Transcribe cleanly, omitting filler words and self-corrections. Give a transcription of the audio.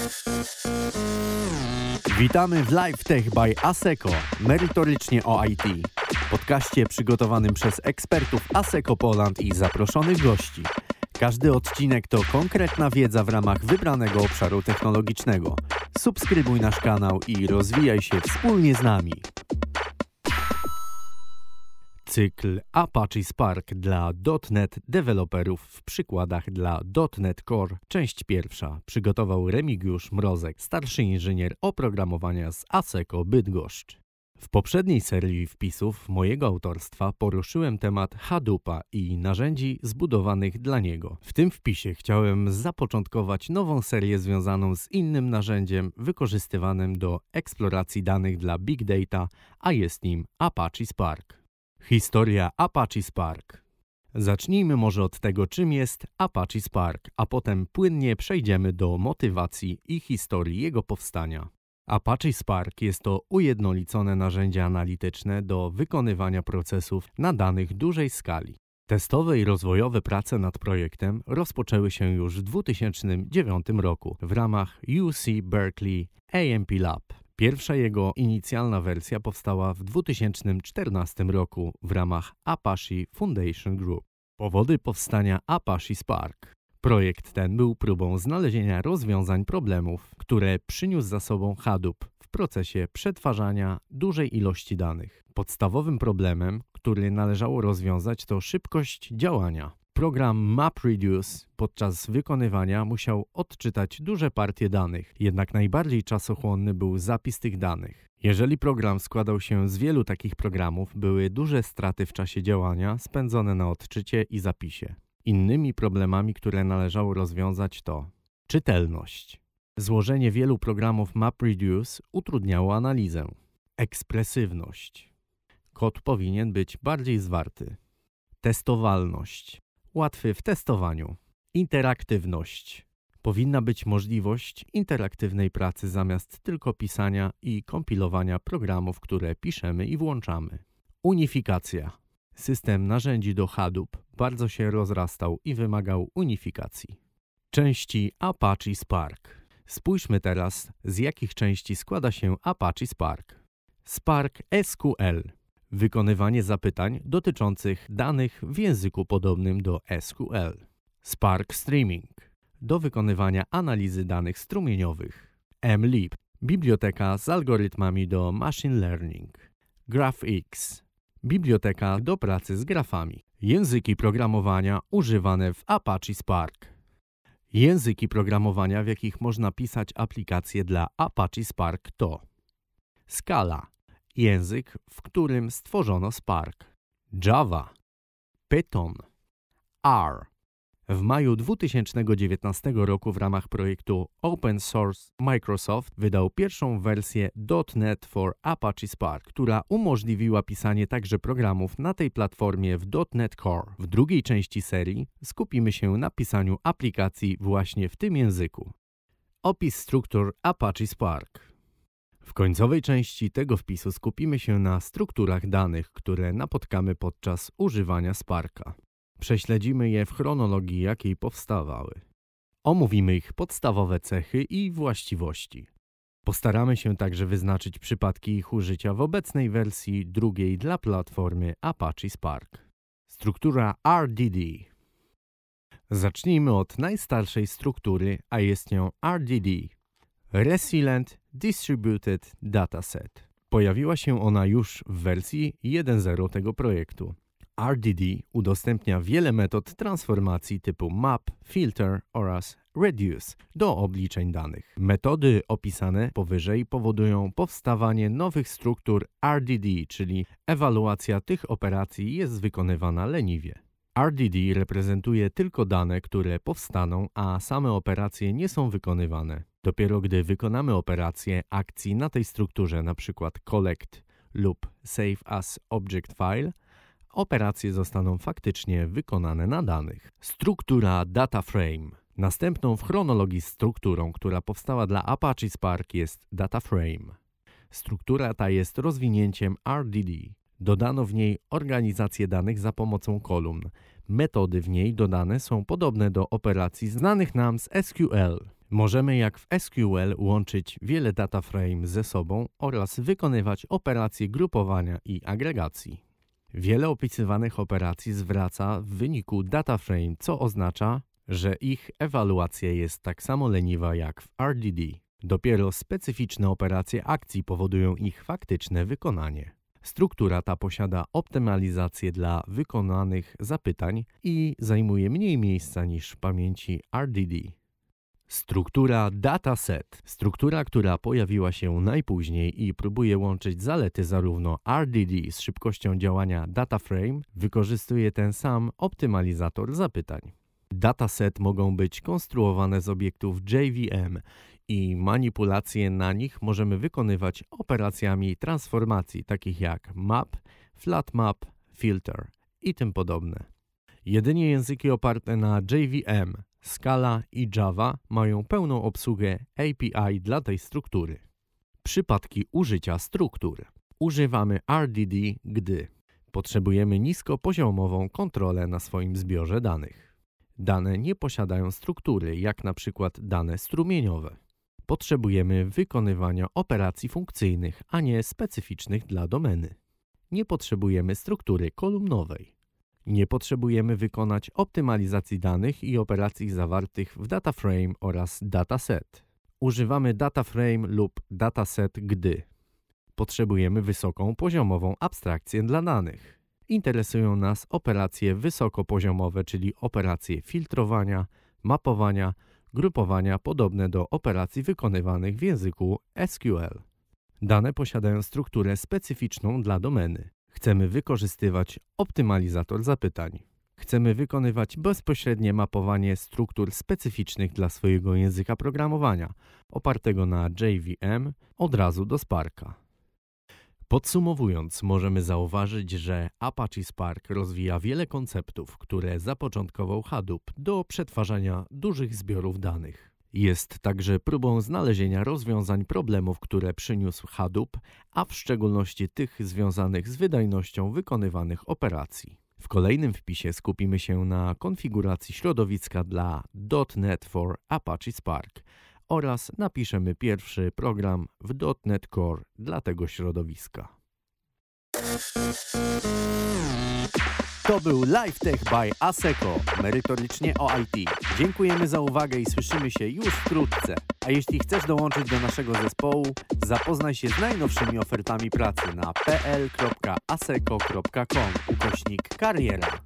Witamy w Live Tech by ASECO, merytorycznie o IT. Podcaście przygotowanym przez ekspertów ASECO Poland i zaproszonych gości. Każdy odcinek to konkretna wiedza w ramach wybranego obszaru technologicznego. Subskrybuj nasz kanał i rozwijaj się wspólnie z nami. Cykl Apache Spark dla .NET deweloperów w przykładach dla .NET Core, część pierwsza, przygotował Remigiusz Mrozek, starszy inżynier oprogramowania z ASECO Bydgoszcz. W poprzedniej serii wpisów mojego autorstwa poruszyłem temat Hadoopa i narzędzi zbudowanych dla niego. W tym wpisie chciałem zapoczątkować nową serię związaną z innym narzędziem wykorzystywanym do eksploracji danych dla Big Data, a jest nim Apache Spark. Historia Apache Spark. Zacznijmy może od tego, czym jest Apache Spark, a potem płynnie przejdziemy do motywacji i historii jego powstania. Apache Spark jest to ujednolicone narzędzie analityczne do wykonywania procesów na danych dużej skali. Testowe i rozwojowe prace nad projektem rozpoczęły się już w 2009 roku w ramach UC Berkeley AMP Lab. Pierwsza jego inicjalna wersja powstała w 2014 roku w ramach Apache Foundation Group. Powody powstania Apache Spark. Projekt ten był próbą znalezienia rozwiązań problemów, które przyniósł za sobą Hadoop w procesie przetwarzania dużej ilości danych. Podstawowym problemem, który należało rozwiązać, to szybkość działania. Program MapReduce podczas wykonywania musiał odczytać duże partie danych, jednak najbardziej czasochłonny był zapis tych danych. Jeżeli program składał się z wielu takich programów, były duże straty w czasie działania spędzone na odczycie i zapisie. Innymi problemami, które należało rozwiązać, to czytelność. Złożenie wielu programów MapReduce utrudniało analizę. Ekspresywność. Kod powinien być bardziej zwarty. Testowalność. Łatwy w testowaniu. Interaktywność. Powinna być możliwość interaktywnej pracy zamiast tylko pisania i kompilowania programów, które piszemy i włączamy. Unifikacja. System narzędzi do Hadoop bardzo się rozrastał i wymagał unifikacji. Części Apache Spark. Spójrzmy teraz, z jakich części składa się Apache Spark. Spark SQL. Wykonywanie zapytań dotyczących danych w języku podobnym do SQL. Spark Streaming. Do wykonywania analizy danych strumieniowych. mLib. Biblioteka z algorytmami do machine learning. GraphX. Biblioteka do pracy z grafami. Języki programowania używane w Apache Spark. Języki programowania, w jakich można pisać aplikacje dla Apache Spark to Scala, język, w którym stworzono Spark, Java, Python, R. W maju 2019 roku w ramach projektu Open Source Microsoft wydał pierwszą wersję .NET for Apache Spark, która umożliwiła pisanie także programów na tej platformie w .NET Core. W drugiej części serii skupimy się na pisaniu aplikacji właśnie w tym języku. Opis struktur Apache Spark. W końcowej części tego wpisu skupimy się na strukturach danych, które napotkamy podczas używania Sparka. Prześledzimy je w chronologii, jakiej powstawały. Omówimy ich podstawowe cechy i właściwości. Postaramy się także wyznaczyć przypadki ich użycia w obecnej wersji drugiej dla platformy Apache Spark. Struktura RDD. Zacznijmy od najstarszej struktury, a jest nią RDD. Resilient Distributed Dataset. Pojawiła się ona już w wersji 1.0 tego projektu. RDD udostępnia wiele metod transformacji typu map, filter oraz reduce do obliczeń danych. Metody opisane powyżej powodują powstawanie nowych struktur RDD, czyli ewaluacja tych operacji jest wykonywana leniwie. RDD reprezentuje tylko dane, które powstaną, a same operacje nie są wykonywane. Dopiero gdy wykonamy operację akcji na tej strukturze, np. collect lub save as object file, operacje zostaną faktycznie wykonane na danych. Struktura data frame. Następną w chronologii strukturą, która powstała dla Apache Spark, jest data frame. Struktura ta jest rozwinięciem RDD. Dodano w niej organizację danych za pomocą kolumn. Metody w niej dodane są podobne do operacji znanych nam z SQL. Możemy jak w SQL łączyć wiele data frame ze sobą oraz wykonywać operacje grupowania i agregacji. Wiele opisywanych operacji zwraca w wyniku data frame, co oznacza, że ich ewaluacja jest tak samo leniwa jak w RDD. Dopiero specyficzne operacje akcji powodują ich faktyczne wykonanie. Struktura ta posiada optymalizację dla wykonanych zapytań i zajmuje mniej miejsca niż w pamięci RDD. Struktura dataset. Struktura, która pojawiła się najpóźniej i próbuje łączyć zalety zarówno RDD z szybkością działania DataFrame, wykorzystuje ten sam optymalizator zapytań. Dataset mogą być konstruowane z obiektów JVM i manipulacje na nich możemy wykonywać operacjami transformacji takich jak map, flatmap, filter i tym podobne. Jedynie języki oparte na JVM, Scala i Java mają pełną obsługę API dla tej struktury. Przypadki użycia struktur. Używamy RDD, gdy potrzebujemy niskopoziomową kontrolę na swoim zbiorze danych. Dane nie posiadają struktury, jak na przykład dane strumieniowe. Potrzebujemy wykonywania operacji funkcyjnych, a nie specyficznych dla domeny. Nie potrzebujemy struktury kolumnowej. Nie potrzebujemy wykonać optymalizacji danych i operacji zawartych w DataFrame oraz dataset. Używamy DataFrame lub dataset, gdy potrzebujemy wysoką poziomową abstrakcję dla danych. Interesują nas operacje wysokopoziomowe, czyli operacje filtrowania, mapowania, grupowania podobne do operacji wykonywanych w języku SQL. Dane posiadają strukturę specyficzną dla domeny. Chcemy wykorzystywać optymalizator zapytań. Chcemy wykonywać bezpośrednie mapowanie struktur specyficznych dla swojego języka programowania, opartego na JVM, od razu do Sparka. Podsumowując, możemy zauważyć, że Apache Spark rozwija wiele konceptów, które zapoczątkował Hadoop do przetwarzania dużych zbiorów danych. Jest także próbą znalezienia rozwiązań problemów, które przyniósł Hadoop, a w szczególności tych związanych z wydajnością wykonywanych operacji. W kolejnym wpisie skupimy się na konfiguracji środowiska dla .NET for Apache Spark oraz napiszemy pierwszy program w .NET Core dla tego środowiska. To był LiveTech by Asseco, merytorycznie o IT. Dziękujemy za uwagę i słyszymy się już wkrótce. A jeśli chcesz dołączyć do naszego zespołu, zapoznaj się z najnowszymi ofertami pracy na pl.asseco.com/kariera.